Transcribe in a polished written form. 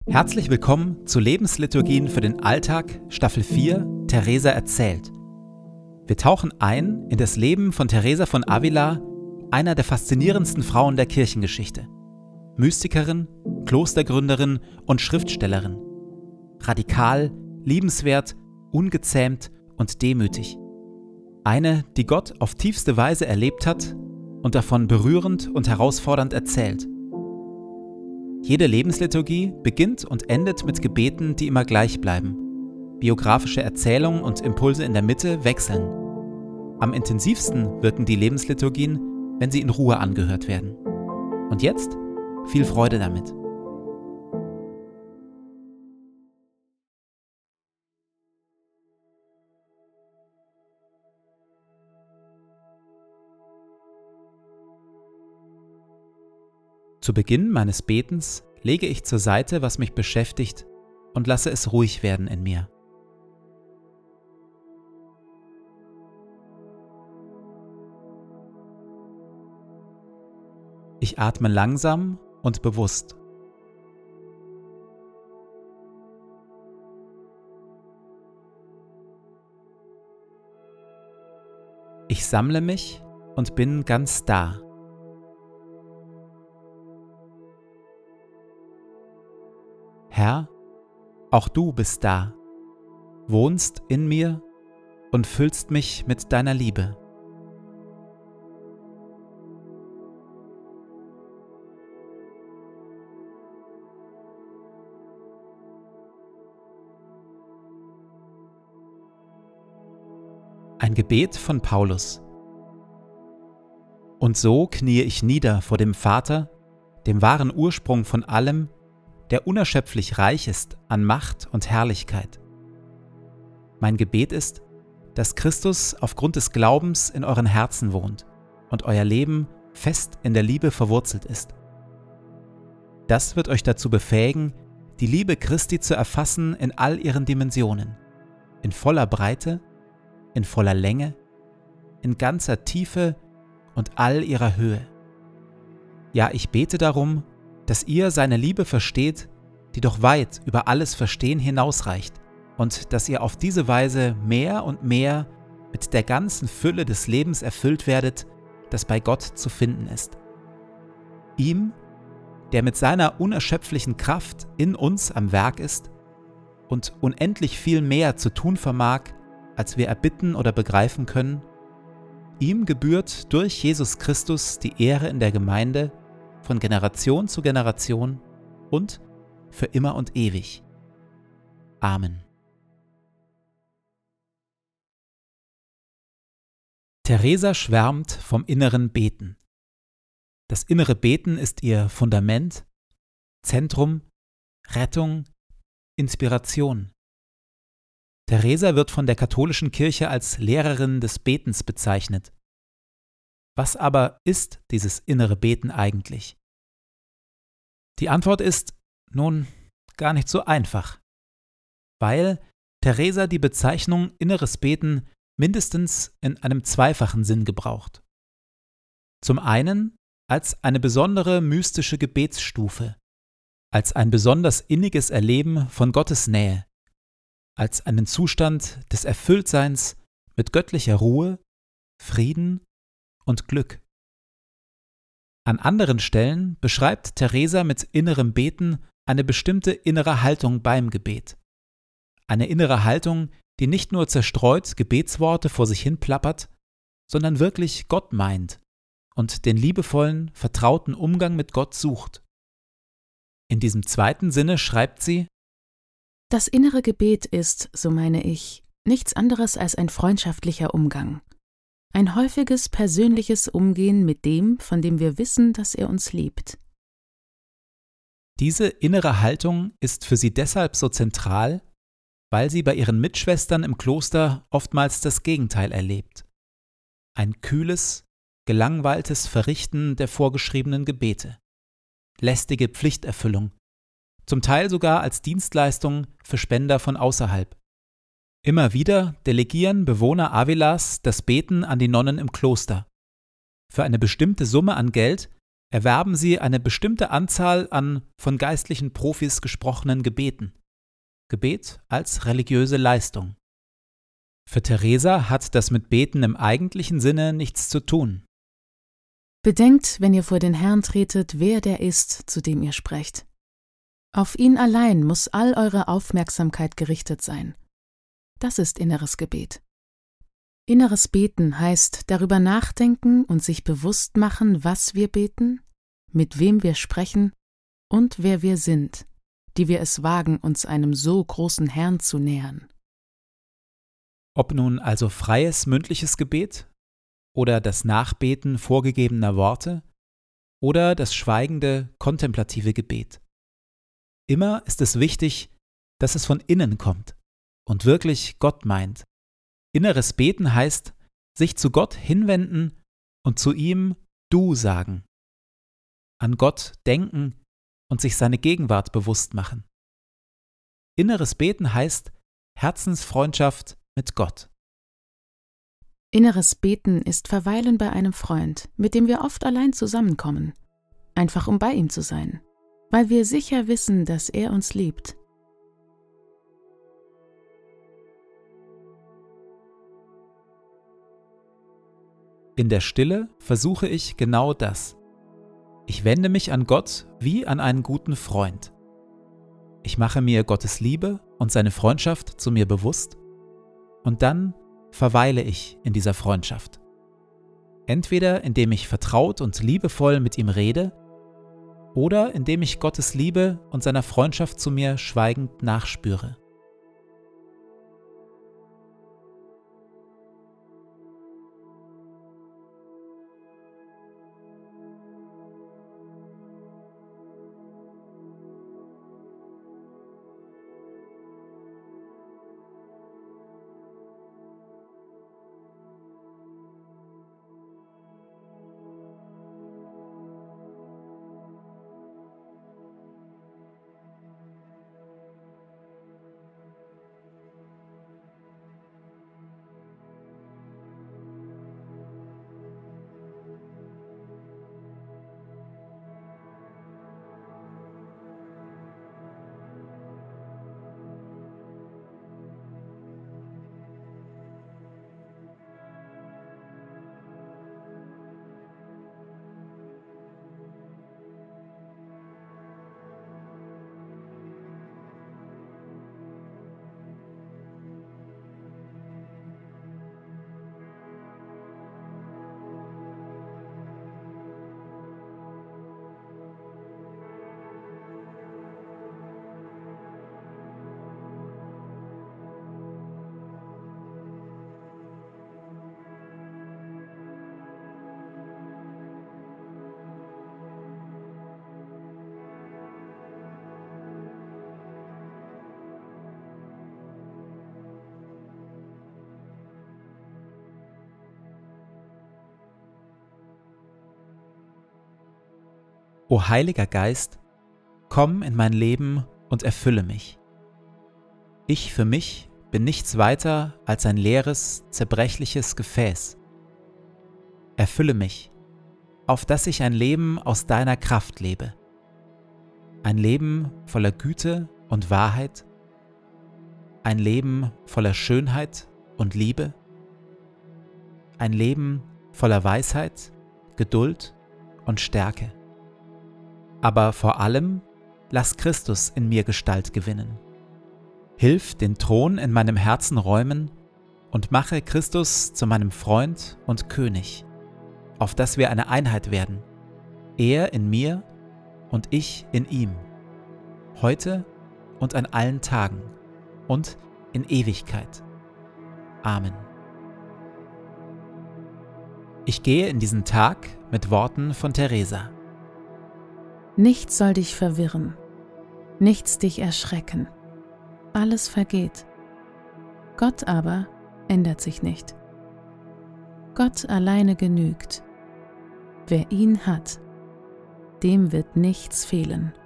Herzlich willkommen zu Lebensliturgien für den Alltag, Staffel 4, Teresa erzählt. Wir tauchen ein in das Leben von Teresa von Ávila, einer der faszinierendsten Frauen der Kirchengeschichte. Mystikerin, Klostergründerin und Schriftstellerin. Radikal, liebenswert, ungezähmt und demütig. Eine, die Gott auf tiefste Weise erlebt hat und davon berührend und herausfordernd erzählt. Jede Lebensliturgie beginnt und endet mit Gebeten, die immer gleich bleiben. Biografische Erzählungen und Impulse in der Mitte wechseln. Am intensivsten wirken die Lebensliturgien, wenn sie in Ruhe angehört werden. Und jetzt viel Freude damit. Zu Beginn meines Betens lege ich zur Seite, was mich beschäftigt, und lasse es ruhig werden in mir. Ich atme langsam und bewusst. Ich sammle mich und bin ganz da. Herr, auch du bist da, wohnst in mir und füllst mich mit deiner Liebe. Ein Gebet von Paulus. Und so kniee ich nieder vor dem Vater, dem wahren Ursprung von allem, der unerschöpflich reich ist an Macht und Herrlichkeit. Mein Gebet ist, dass Christus aufgrund des Glaubens in euren Herzen wohnt und euer Leben fest in der Liebe verwurzelt ist. Das wird euch dazu befähigen, die Liebe Christi zu erfassen in all ihren Dimensionen, in voller Breite, in voller Länge, in ganzer Tiefe und all ihrer Höhe. Ja, ich bete darum, dass ihr seine Liebe versteht, die doch weit über alles Verstehen hinausreicht und dass ihr auf diese Weise mehr und mehr mit der ganzen Fülle des Lebens erfüllt werdet, das bei Gott zu finden ist. Ihm, der mit seiner unerschöpflichen Kraft in uns am Werk ist und unendlich viel mehr zu tun vermag, als wir erbitten oder begreifen können, ihm gebührt durch Jesus Christus die Ehre in der Gemeinde von Generation zu Generation und für immer und ewig. Amen. Teresa schwärmt vom inneren Beten. Das innere Beten ist ihr Fundament, Zentrum, Rettung, Inspiration. Teresa wird von der katholischen Kirche als Lehrerin des Betens bezeichnet. Was aber ist dieses innere Beten eigentlich? Die Antwort ist, nun, gar nicht so einfach, weil Teresa die Bezeichnung inneres Beten mindestens in einem zweifachen Sinn gebraucht. Zum einen als eine besondere mystische Gebetsstufe, als ein besonders inniges Erleben von Gottes Nähe, als einen Zustand des Erfülltseins mit göttlicher Ruhe, Frieden und Glück. An anderen Stellen beschreibt Teresa mit innerem Beten eine bestimmte innere Haltung beim Gebet. Eine innere Haltung, die nicht nur zerstreut Gebetsworte vor sich hin plappert, sondern wirklich Gott meint und den liebevollen, vertrauten Umgang mit Gott sucht. In diesem zweiten Sinne schreibt sie: Das innere Gebet ist, so meine ich, nichts anderes als ein freundschaftlicher Umgang. Ein häufiges persönliches Umgehen mit dem, von dem wir wissen, dass er uns liebt. Diese innere Haltung ist für sie deshalb so zentral, weil sie bei ihren Mitschwestern im Kloster oftmals das Gegenteil erlebt. Ein kühles, gelangweiltes Verrichten der vorgeschriebenen Gebete. Lästige Pflichterfüllung, zum Teil sogar als Dienstleistung für Spender von außerhalb. Immer wieder delegieren Bewohner Ávilas das Beten an die Nonnen im Kloster. Für eine bestimmte Summe an Geld erwerben Sie eine bestimmte Anzahl an von geistlichen Profis gesprochenen Gebeten. Gebet als religiöse Leistung. Für Teresa hat das mit Beten im eigentlichen Sinne nichts zu tun. Bedenkt, wenn ihr vor den Herrn tretet, wer der ist, zu dem ihr sprecht. Auf ihn allein muss all eure Aufmerksamkeit gerichtet sein. Das ist inneres Gebet. Inneres Beten heißt darüber nachdenken und sich bewusst machen, was wir beten, mit wem wir sprechen und wer wir sind, die wir es wagen, uns einem so großen Herrn zu nähern. Ob nun also freies mündliches Gebet oder das Nachbeten vorgegebener Worte oder das schweigende kontemplative Gebet. Immer ist es wichtig, dass es von innen kommt und wirklich Gott meint. Inneres Beten heißt, sich zu Gott hinwenden und zu ihm Du sagen. An Gott denken und sich seine Gegenwart bewusst machen. Inneres Beten heißt Herzensfreundschaft mit Gott. Inneres Beten ist Verweilen bei einem Freund, mit dem wir oft allein zusammenkommen, einfach um bei ihm zu sein, weil wir sicher wissen, dass er uns liebt. In der Stille versuche ich genau das. Ich wende mich an Gott wie an einen guten Freund. Ich mache mir Gottes Liebe und seine Freundschaft zu mir bewusst und dann verweile ich in dieser Freundschaft. Entweder indem ich vertraut und liebevoll mit ihm rede oder indem ich Gottes Liebe und seiner Freundschaft zu mir schweigend nachspüre. O Heiliger Geist, komm in mein Leben und erfülle mich. Ich für mich bin nichts weiter als ein leeres, zerbrechliches Gefäß. Erfülle mich, auf dass ich ein Leben aus deiner Kraft lebe. Ein Leben voller Güte und Wahrheit. Ein Leben voller Schönheit und Liebe. Ein Leben voller Weisheit, Geduld und Stärke. Aber vor allem, lass Christus in mir Gestalt gewinnen. Hilf den Thron in meinem Herzen räumen und mache Christus zu meinem Freund und König, auf dass wir eine Einheit werden, er in mir und ich in ihm, heute und an allen Tagen und in Ewigkeit. Amen. Ich gehe in diesen Tag mit Worten von Teresa. Nichts soll dich verwirren, nichts dich erschrecken. Alles vergeht. Gott aber ändert sich nicht. Gott alleine genügt. Wer ihn hat, dem wird nichts fehlen.